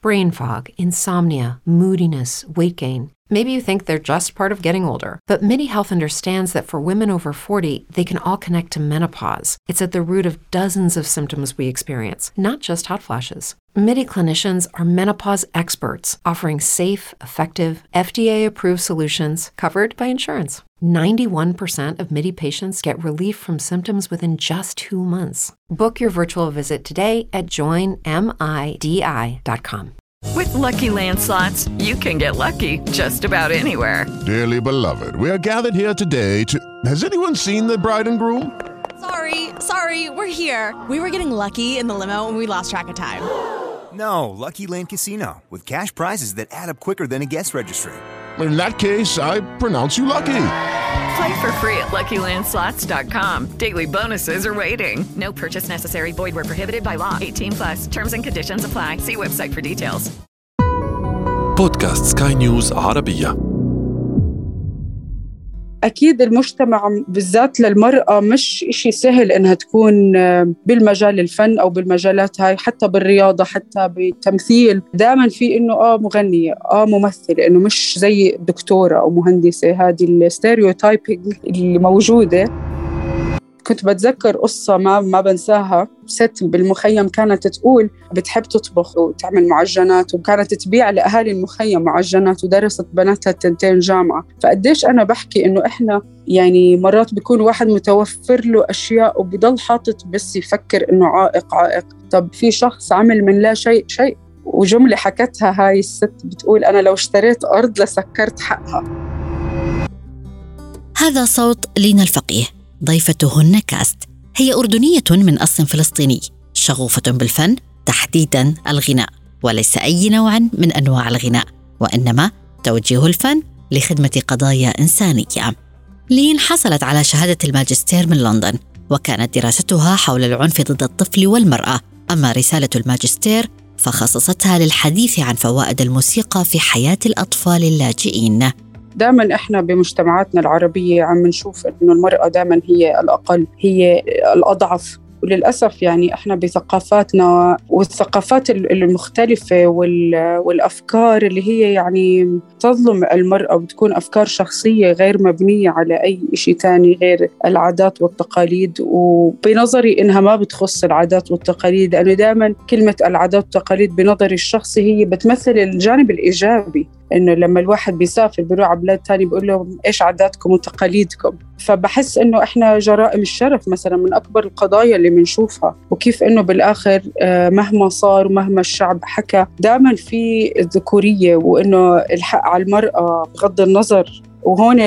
brain fog, insomnia, moodiness, weight gain. Maybe you think they're just part of getting older, but MIDI Health understands that for women over 40, they can all connect to menopause. It's at the root of dozens of symptoms we experience, not just hot flashes. MIDI clinicians are menopause experts, offering safe, effective, FDA-approved solutions covered by insurance. 91% of MIDI patients get relief from symptoms within just 2 months. Book your virtual visit today at joinmidi.com. With Lucky Land Slots, you can get lucky just about anywhere. Dearly beloved, we are gathered here today to... Has anyone seen the bride and groom? Sorry, we're here. We were getting lucky in the limo and we lost track of time. No, Lucky Land Casino, with cash prizes that add up quicker than a guest registry. In that case, I pronounce you lucky. Play for free at LuckyLandSlots.com. Daily bonuses are waiting. No purchase necessary. Void where prohibited by law. 18+. Terms and conditions apply. See website for details. بودكاست سكاي نيوز عربية. أكيد المجتمع بالذات للمرأة مش إشي سهل إنها تكون بالمجال الفن أو بالمجالات هاي، حتى بالرياضة، حتى بالتمثيل. دائما في إنه مغنية، ممثلة، إنه مش زي دكتورة أو مهندسة. هذه الستيريوتايبينج اللي موجودة. كنت بتذكر قصة ما بنساها. ست بالمخيم كانت تقول بتحب تطبخ وتعمل معجنات، وكانت تبيع لأهالي المخيم معجنات، ودرست بناتها 2 جامعة. فقديش أنا بحكي إنه إحنا يعني مرات بيكون واحد متوفر له أشياء وبيضل حاطط بس يفكر إنه عائق. طب في شخص عمل من لا شيء. وجملة حكتها هاي الست بتقول أنا لو اشتريت أرض لسكرت حقها. هذا صوت لينا الفقيه، ضيفة هن كاست. هي أردنية من أصل فلسطيني، شغوفة بالفن، تحديداً الغناء، وليس أي نوع من أنواع الغناء، وإنما توجيه الفن لخدمة قضايا إنسانية. لين حصلت على شهادة الماجستير من لندن، وكانت دراستها حول العنف ضد الطفل والمرأة. أما رسالة الماجستير فخصصتها للحديث عن فوائد الموسيقى في حياة الأطفال اللاجئين. دائما إحنا بمجتمعاتنا العربية عم نشوف إنه المرأة دائما هي الأقل، هي الأضعف. وللأسف يعني إحنا بثقافاتنا والثقافات المختلفة والأفكار اللي هي يعني تظلم المرأة، وبتكون أفكار شخصية غير مبنية على أي شيء تاني غير العادات والتقاليد. وبنظري إنها ما بتخص العادات والتقاليد، لأنه دائما كلمة العادات والتقاليد بنظري الشخصي هي بتمثل الجانب الإيجابي. إنه لما الواحد بيسافر بيروح على بلاد تاني بيقول لهم إيش عاداتكم وتقاليدكم. فبحس إنه إحنا جرائم الشرف مثلا من أكبر القضايا اللي بنشوفها، وكيف إنه بالآخر مهما صار ومهما الشعب حكى دائما في الذكورية، وإنه الحق على المرأة بغض النظر. وهون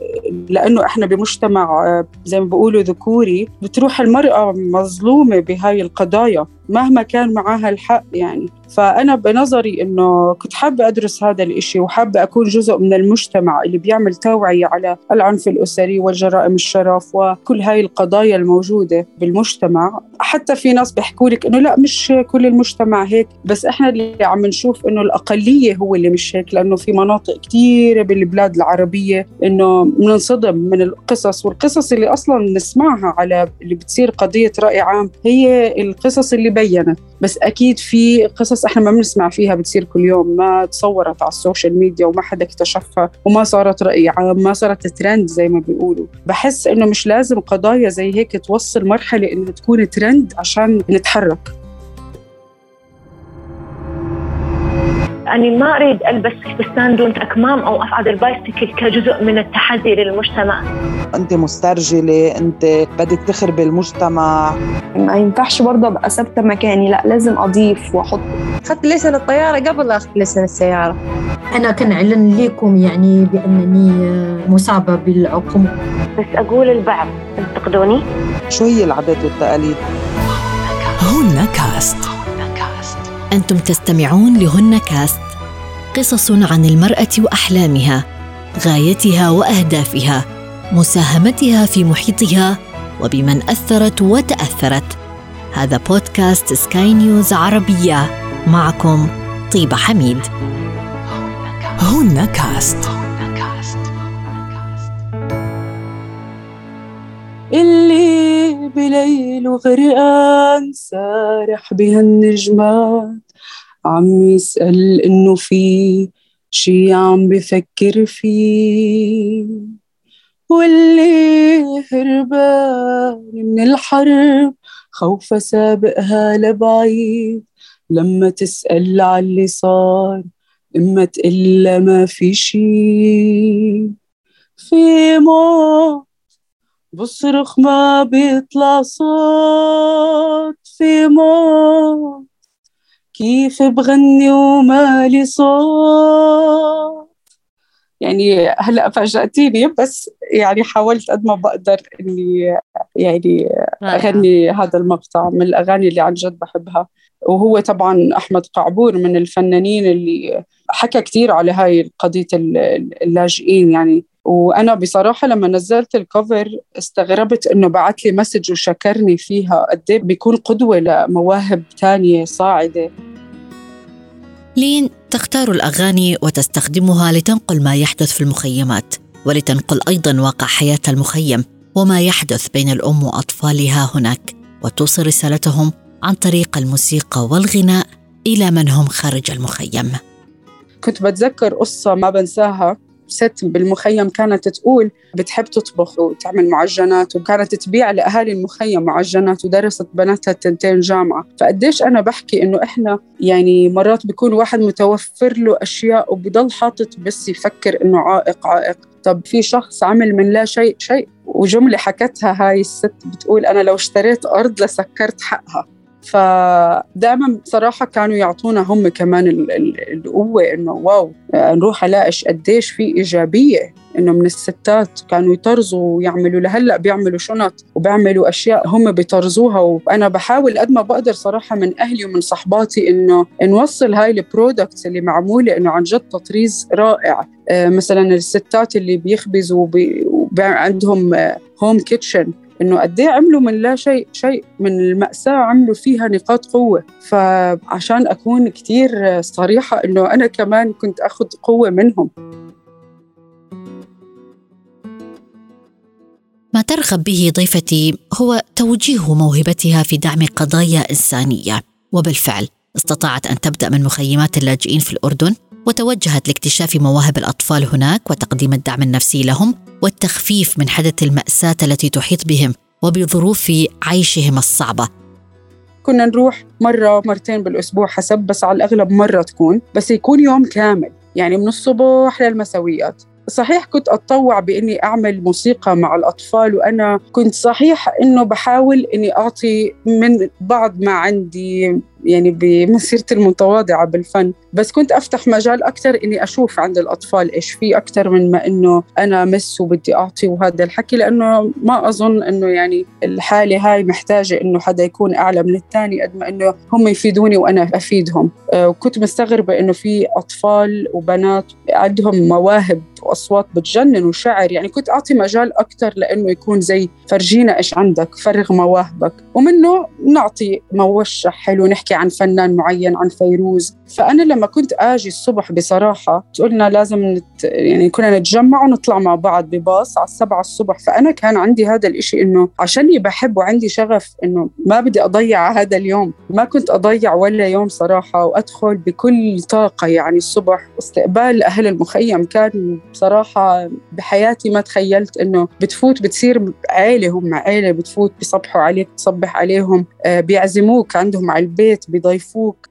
لأنه إحنا بمجتمع زي ما بيقولوا ذكوري، بتروح المرأة مظلومة بهاي القضايا مهما كان معاها الحق يعني. فأنا بنظري إنه كنت حابة أدرس هذا الإشي، وحابة أكون جزء من المجتمع اللي بيعمل توعية على العنف الأسري والجرائم الشرف وكل هاي القضايا الموجودة بالمجتمع. حتى في ناس بيحكوا لك إنه لا مش كل المجتمع هيك، بس إحنا اللي عم نشوف إنه الأقلية هو اللي مش هيك. لأنه في مناطق كتيرة بالبلاد العربية إنه بننصدم من القصص، والقصص اللي أصلاً نسمعها على اللي بتصير قضية رأي عام هي القصص اللي بينت. بس أكيد في قصص إحنا ما بنسمع فيها بتصير كل يوم، ما تصورت على السوشيال ميديا وما حدا اكتشفها، وما صارت رأي عام، ما صارت ترند زي ما بيقولوا. بحس إنه مش لازم قضايا زي هيك توصل مرحلة إنها تكون ترند عشان نتحرك. يعني ما أريد ألبس فستان دون أكمام أو أصعد البايسكل كجزء من التحدي للمجتمع. أنت مسترجلة، أنت بدك تخربي المجتمع. ما ينفعش برضه أبقى ثابتة مكاني، لا لازم أضيف وأحط. أخذت لسان الطيارة قبل أخذت لسان السيارة. أنا كان أعلن لكم يعني بأنني مصابة بالعقم، بس أقول البعض انتقدوني. شو هي العادات والتقاليد؟ هن كاست. أنتم تستمعون لهن كاست، قصص عن المرأة وأحلامها، غايتها وأهدافها، مساهمتها في محيطها، وبمن أثرت وتأثرت. هذا بودكاست سكاي نيوز عربية، معكم طيبة حميد. هن كاست. اللي بليل وغرقان سارح بها النجمات، عم يسأل إنه في شي عم بفكر فيه، واللي هربان من الحرب خوفه سابقها لبعيد، لما تسأل على اللي صار إما تقل ما في شي. في موت بصرخ ما بيطلع صوت، في موت كيف بغني ومالي صوت. يعني هلأ فاجأتيني، بس يعني حاولت قد ما بقدر إني يعني أغني هذا المقطع من الأغاني اللي عن جد بحبها. وهو طبعا أحمد قعبور من الفنانين اللي حكى كتير على هاي قضية اللاجئين يعني. وأنا بصراحة لما نزلت الكوفر استغربت إنه بعت لي مسج وشكرني فيها، قد إيه بيكون قدوة لمواهب تانية صاعدة. لين تختار الأغاني وتستخدمها لتنقل ما يحدث في المخيمات، ولتنقل أيضاً واقع حياة المخيم وما يحدث بين الأم وأطفالها هناك، وتوصل رسالتهم عن طريق الموسيقى والغناء إلى من هم خارج المخيم. كنت بتذكر قصة ما بنساها، ست بالمخيم كانت تقول بتحب تطبخ وتعمل معجنات، وكانت تبيع لأهالي المخيم معجنات، ودرست بناتها 2 جامعة. فقديش أنا بحكي إنه إحنا يعني مرات بيكون واحد متوفر له أشياء وبيضل حاطط بس يفكر إنه عائق. طب في شخص عمل من لا شيء شيء. وجملة حكتها هاي الست بتقول أنا لو اشتريت أرض لسكرت حقها. فدائما بصراحة كانوا يعطونا هم كمان القوة إنه واو، نروح ألاقش قديش في إيجابية إنه من الستات كانوا يطرزوا ويعملوا، لهلأ بيعملوا شنط وبيعملوا أشياء هم بيطرزوها. وأنا بحاول قد ما بقدر صراحة من أهلي ومن صحباتي إنه نوصل هاي البرودكتس اللي معمولة إنه عن جد تطريز رائع. مثلا الستات اللي بيخبزوا وعندهم هوم كيتشن، إنه قديه عملوا من لا شيء من المأساة عملوا فيها نقاط قوة. فعشان أكون كتير صريحة إنه أنا كمان كنت أخذ قوة منهم. ما ترغب به ضيفتي هو توجيه موهبتها في دعم قضايا إنسانية، وبالفعل استطاعت أن تبدأ من مخيمات اللاجئين في الأردن، وتوجهت لاكتشاف مواهب الأطفال هناك وتقديم الدعم النفسي لهم والتخفيف من حدث المأساة التي تحيط بهم وبظروف عيشهم الصعبة. كنا نروح مرة مرتين بالأسبوع حسب، بس على الأغلب مرة تكون، بس يكون يوم كامل يعني من الصبح للمسويات. صحيح كنت أتطوع بإني أعمل موسيقى مع الأطفال، وأنا كنت صحيح إنه بحاول إني أعطي من بعض ما عندي يعني بمسيرتي المتواضعة بالفن، بس كنت أفتح مجال أكتر إني أشوف عند الأطفال إيش في أكتر من ما إنه أنا مس وبدي أعطي وهذا الحكي، لأنه ما أظن إنه يعني الحالة هاي محتاجة إنه حدا يكون أعلى من الثاني قد ما إنه هم يفيدوني وأنا أفيدهم. وكنت مستغربة إنه في أطفال وبنات عندهم مواهب وأصوات بتجنن وشعر، يعني كنت أعطي مجال أكتر لأنه يكون زي فرجينا إيش عندك، فرغ مواهبك، ومنه نعطي موشح حلو نحكي عن فنان معين، عن فيروز. فأنا لما كنت آجي الصبح بصراحة قلنا لازم يعني كنا نتجمع ونطلع مع بعض بباص على 7 الصبح. فأنا كان عندي هذا الإشي إنه عشاني بحب وعندي شغف إنه ما بدي أضيع هذا اليوم، ما كنت أضيع ولا يوم صراحة، وأدخل بكل طاقة. يعني الصبح استقبال أهل المخيم كان بصراحة بحياتي ما تخيلت إنه بتفوت بتصير عائلة، هم عائلة بتفوت بيصبحوا عليك، تصبح عليهم، بيعزموك عندهم على البيت، بيضيفوك.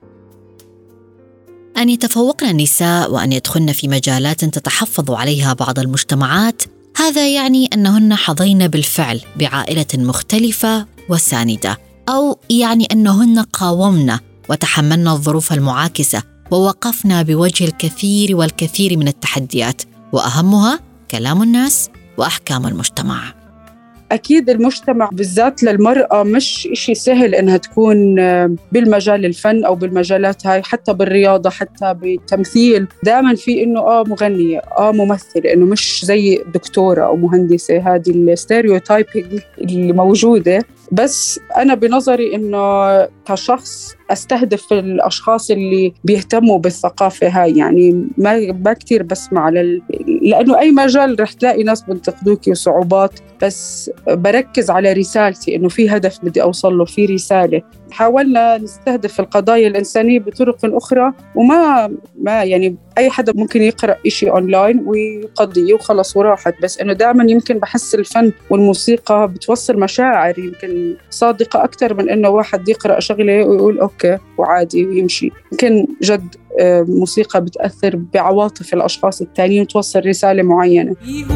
أن يتفوقن النساء وأن يدخلن في مجالات تتحفظ عليها بعض المجتمعات، هذا يعني أنهن حظين بالفعل بعائلة مختلفة وساندة، أو يعني أنهن قاومن وتحملن الظروف المعاكسة ووقفنا بوجه الكثير والكثير من التحديات، وأهمها كلام الناس وأحكام المجتمع. أكيد المجتمع بالذات للمرأة مش إشي سهل إنها تكون بالمجال الفن أو بالمجالات هاي، حتى بالرياضة، حتى بالتمثيل. دائما في إنه مغنية، ممثلة، إنه مش زي دكتورة أو مهندسة. هذه الستيريوتايبينج اللي موجودة. بس أنا بنظري إنه كشخص أستهدف الأشخاص اللي بيهتموا بالثقافة هاي. يعني ما كتير بسمع لأنه أي مجال رح تلاقي ناس بنتقدوكي وصعوبات، بس بركز على رسالتي، إنه في هدف بدي أوصل له، في رسالة. حاولنا نستهدف القضايا الإنسانية بطرق أخرى، وما يعني أي حدا ممكن يقرأ إشي أونلاين وقضية وخلص وراحت، بس إنه دائما يمكن بحس الفن والموسيقى بتوصل مشاعر يمكن صادقة أكتر من إنه واحد يقرأ شغلة ويقول أوكي وعادي ويمشي. يمكن جد موسيقى بتأثر بعواطف الأشخاص التانيين وتوصل رسالة معينة.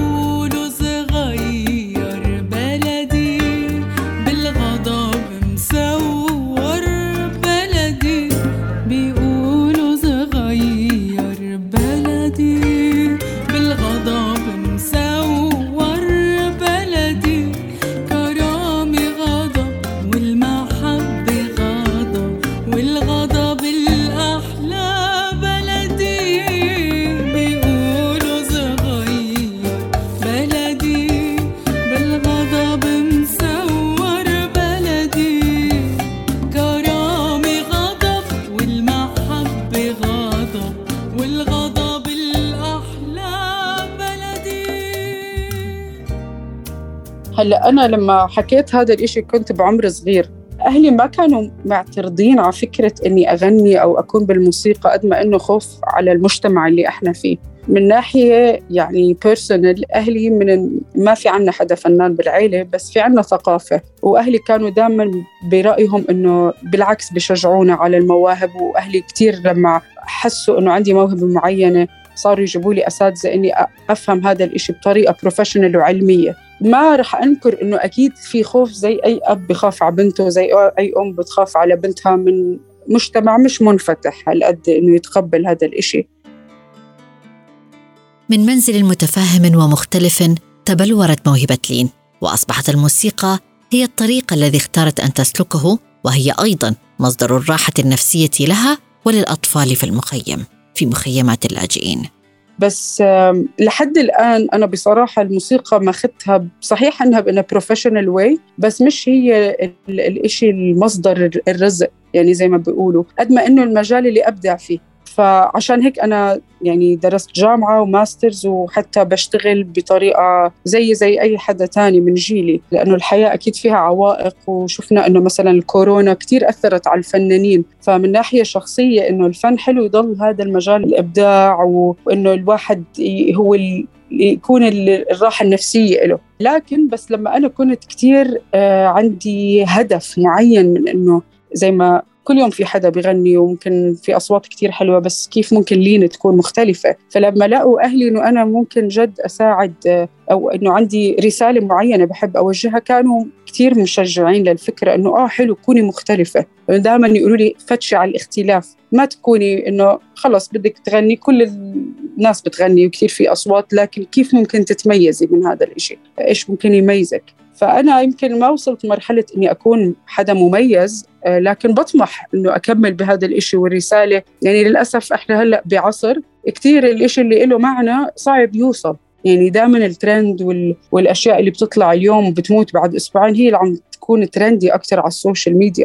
هلأ أنا لما حكيت هذا الإشي كنت بعمر صغير، أهلي ما كانوا معترضين على فكرة أني أغني أو أكون بالموسيقى قد ما أنه خوف على المجتمع اللي إحنا فيه. من ناحية يعني بيرسونال، أهلي ما في عنا حدا فنان بالعيلة، بس في عنا ثقافة، وأهلي كانوا دائما برأيهم أنه بالعكس بيشجعونا على المواهب. وأهلي كتير لما حسوا أنه عندي موهبة معينة صاروا يجيبوا لي أساتذة إني أفهم هذا الإشي بطريقة بروفيشنال وعلمية. ما رح أنكر إنه أكيد في خوف، زي أي أب بخاف على بنته، زي أي أم بتخاف على بنتها من مجتمع مش منفتح هالقد إنه يتقبل هذا الإشي. من منزل متفاهم ومختلف تبلورت موهبة لين، وأصبحت الموسيقى هي الطريق الذي اختارت أن تسلكه، وهي أيضاً مصدر الراحة النفسية لها وللأطفال في مخيمات اللاجئين. بس لحد الآن أنا بصراحة الموسيقى ما أخذتها، صحيح أنها بأنها بروفيشنال واي، بس مش هي الإشي المصدر الرزق يعني زي ما بيقولوا، قد ما أنه المجال اللي أبدع فيه. فعشان هيك أنا يعني درست جامعة وماسترز، وحتى بشتغل بطريقة زي أي حدا تاني من جيلي، لأنه الحياة أكيد فيها عوائق، وشفنا أنه مثلا الكورونا كتير أثرت على الفنانين. فمن ناحية شخصية أنه الفن حلو يضل هذا المجال الإبداع، وأنه الواحد هو يكون الراحة النفسية له. لكن بس لما أنا كنت كتير عندي هدف معين من أنه زي ما كل يوم في حدا بيغني وممكن في أصوات كتير حلوة، بس كيف ممكن لين تكون مختلفة. فلما لقوا أهلي أنه أنا ممكن جد أساعد أو أنه عندي رسالة معينة بحب أوجهها، كانوا كتير مشجعين للفكرة أنه حلو كوني مختلفة. دائما يقولوا لي فتشي على الاختلاف، ما تكوني أنه خلص بدك تغني، كل الناس بتغني وكتير في أصوات، لكن كيف ممكن تتميزي من هذا الإشي؟ إيش ممكن يميزك؟ فأنا يمكن ما وصلت مرحلة أني أكون حدا مميز، لكن بطمح أنه أكمل بهذا الإشي والرسالة. يعني للأسف إحنا هلأ بعصر كتير الإشي اللي له معنى صعب يوصل، يعني دائما الترند والأشياء اللي بتطلع اليوم وبتموت بعد أسبوعين هي اللي عم تكون ترندي أكتر على السوشيال ميديا.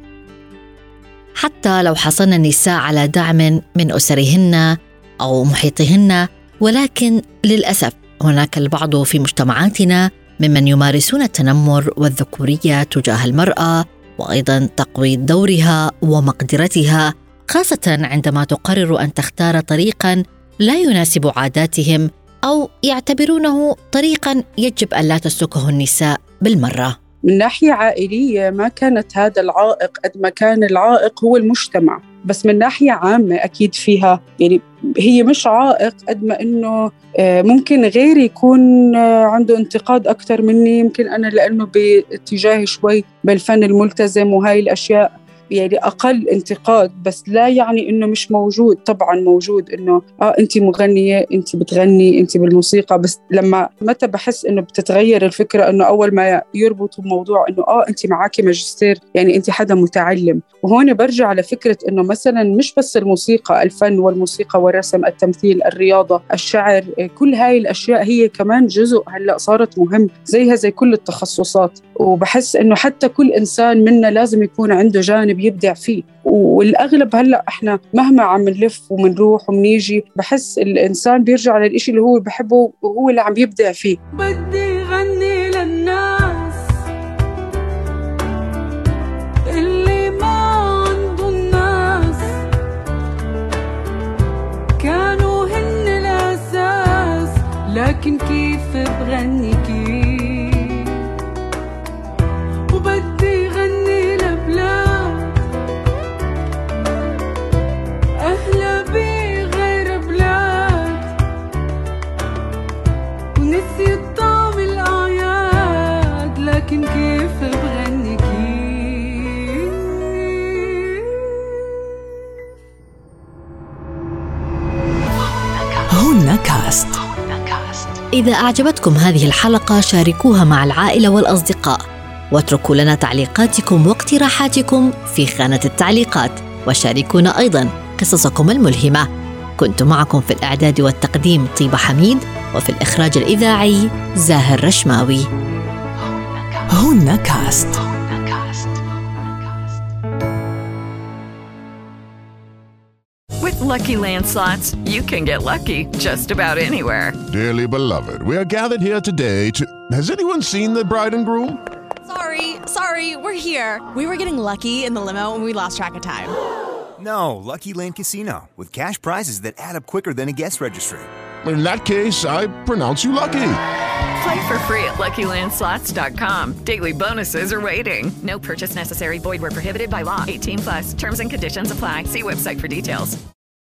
حتى لو حصلن النساء على دعم من أسرهن أو محيطهن، ولكن للأسف هناك البعض في مجتمعاتنا ممن يمارسون التنمر والذكورية تجاه المرأة، وأيضاً تقويض دورها ومقدرتها، خاصة عندما تقرر أن تختار طريقاً لا يناسب عاداتهم أو يعتبرونه طريقاً يجب أن لا تسلكه النساء بالمرة. من ناحية عائلية ما كانت هذا العائق قد ما كان العائق هو المجتمع، بس من ناحية عامة أكيد فيها، يعني هي مش عائق قد ما إنه ممكن غيري يكون عنده انتقاد أكتر مني، يمكن أنا لأنه باتجاهي شوي بالفن الملتزم وهاي الأشياء يعني أقل انتقاد، بس لا يعني إنه مش موجود. طبعاً موجود إنه أنت مغنية، أنت بتغني، أنت بالموسيقى، بس لما متى بحس إنه بتتغير الفكرة إنه أول ما يربطوا بموضوع إنه أنت معاكي ماجستير يعني أنت حدا متعلم. وهون برجع على فكرة إنه مثلاً مش بس الموسيقى، الفن والموسيقى والرسم، التمثيل، الرياضة، الشعر، كل هاي الأشياء هي كمان جزء هلأ صارت مهم زي كل التخصصات. وبحس إنه حتى كل إنسان منا لازم يكون عنده جانب بيبدع فيه. والأغلب هلأ إحنا مهما عم نلف ومنروح ومنيجي بحس الإنسان بيرجع للإشي اللي هو بحبه وهو اللي عم يبدع فيه. بدي غني للناس اللي ما عنده الناس، كانوا هن الأساس، لكن كيف بغني كيف. وبدي غني لبلاد أهلا بغير بلاد، ونسيت طعم الأعياد، لكن كيف بغني كيف. هنا كاست. إذا أعجبتكم هذه الحلقة شاركوها مع العائلة والأصدقاء، واتركوا لنا تعليقاتكم واقتراحاتكم في خانة التعليقات، وشاركونا أيضاً قصصكم الملهمة. كنت معكم في الإعداد والتقديم طيبة حميد، وفي الإخراج الإذاعي زاهر رشماوي. هنا كاست. With Lucky Land Slots, you can get lucky just about anywhere. Dearly beloved, we are gathered here today to... Has anyone seen the bride and groom? Sorry, we're here. We were getting lucky in the limo and we lost track of time. No, Lucky Land Casino, with cash prizes that add up quicker than a guest registry. In that case, I pronounce you lucky. Play for free at LuckyLandSlots.com. Daily bonuses are waiting. No purchase necessary. Void where prohibited by law. 18+. Terms and conditions apply. See website for details.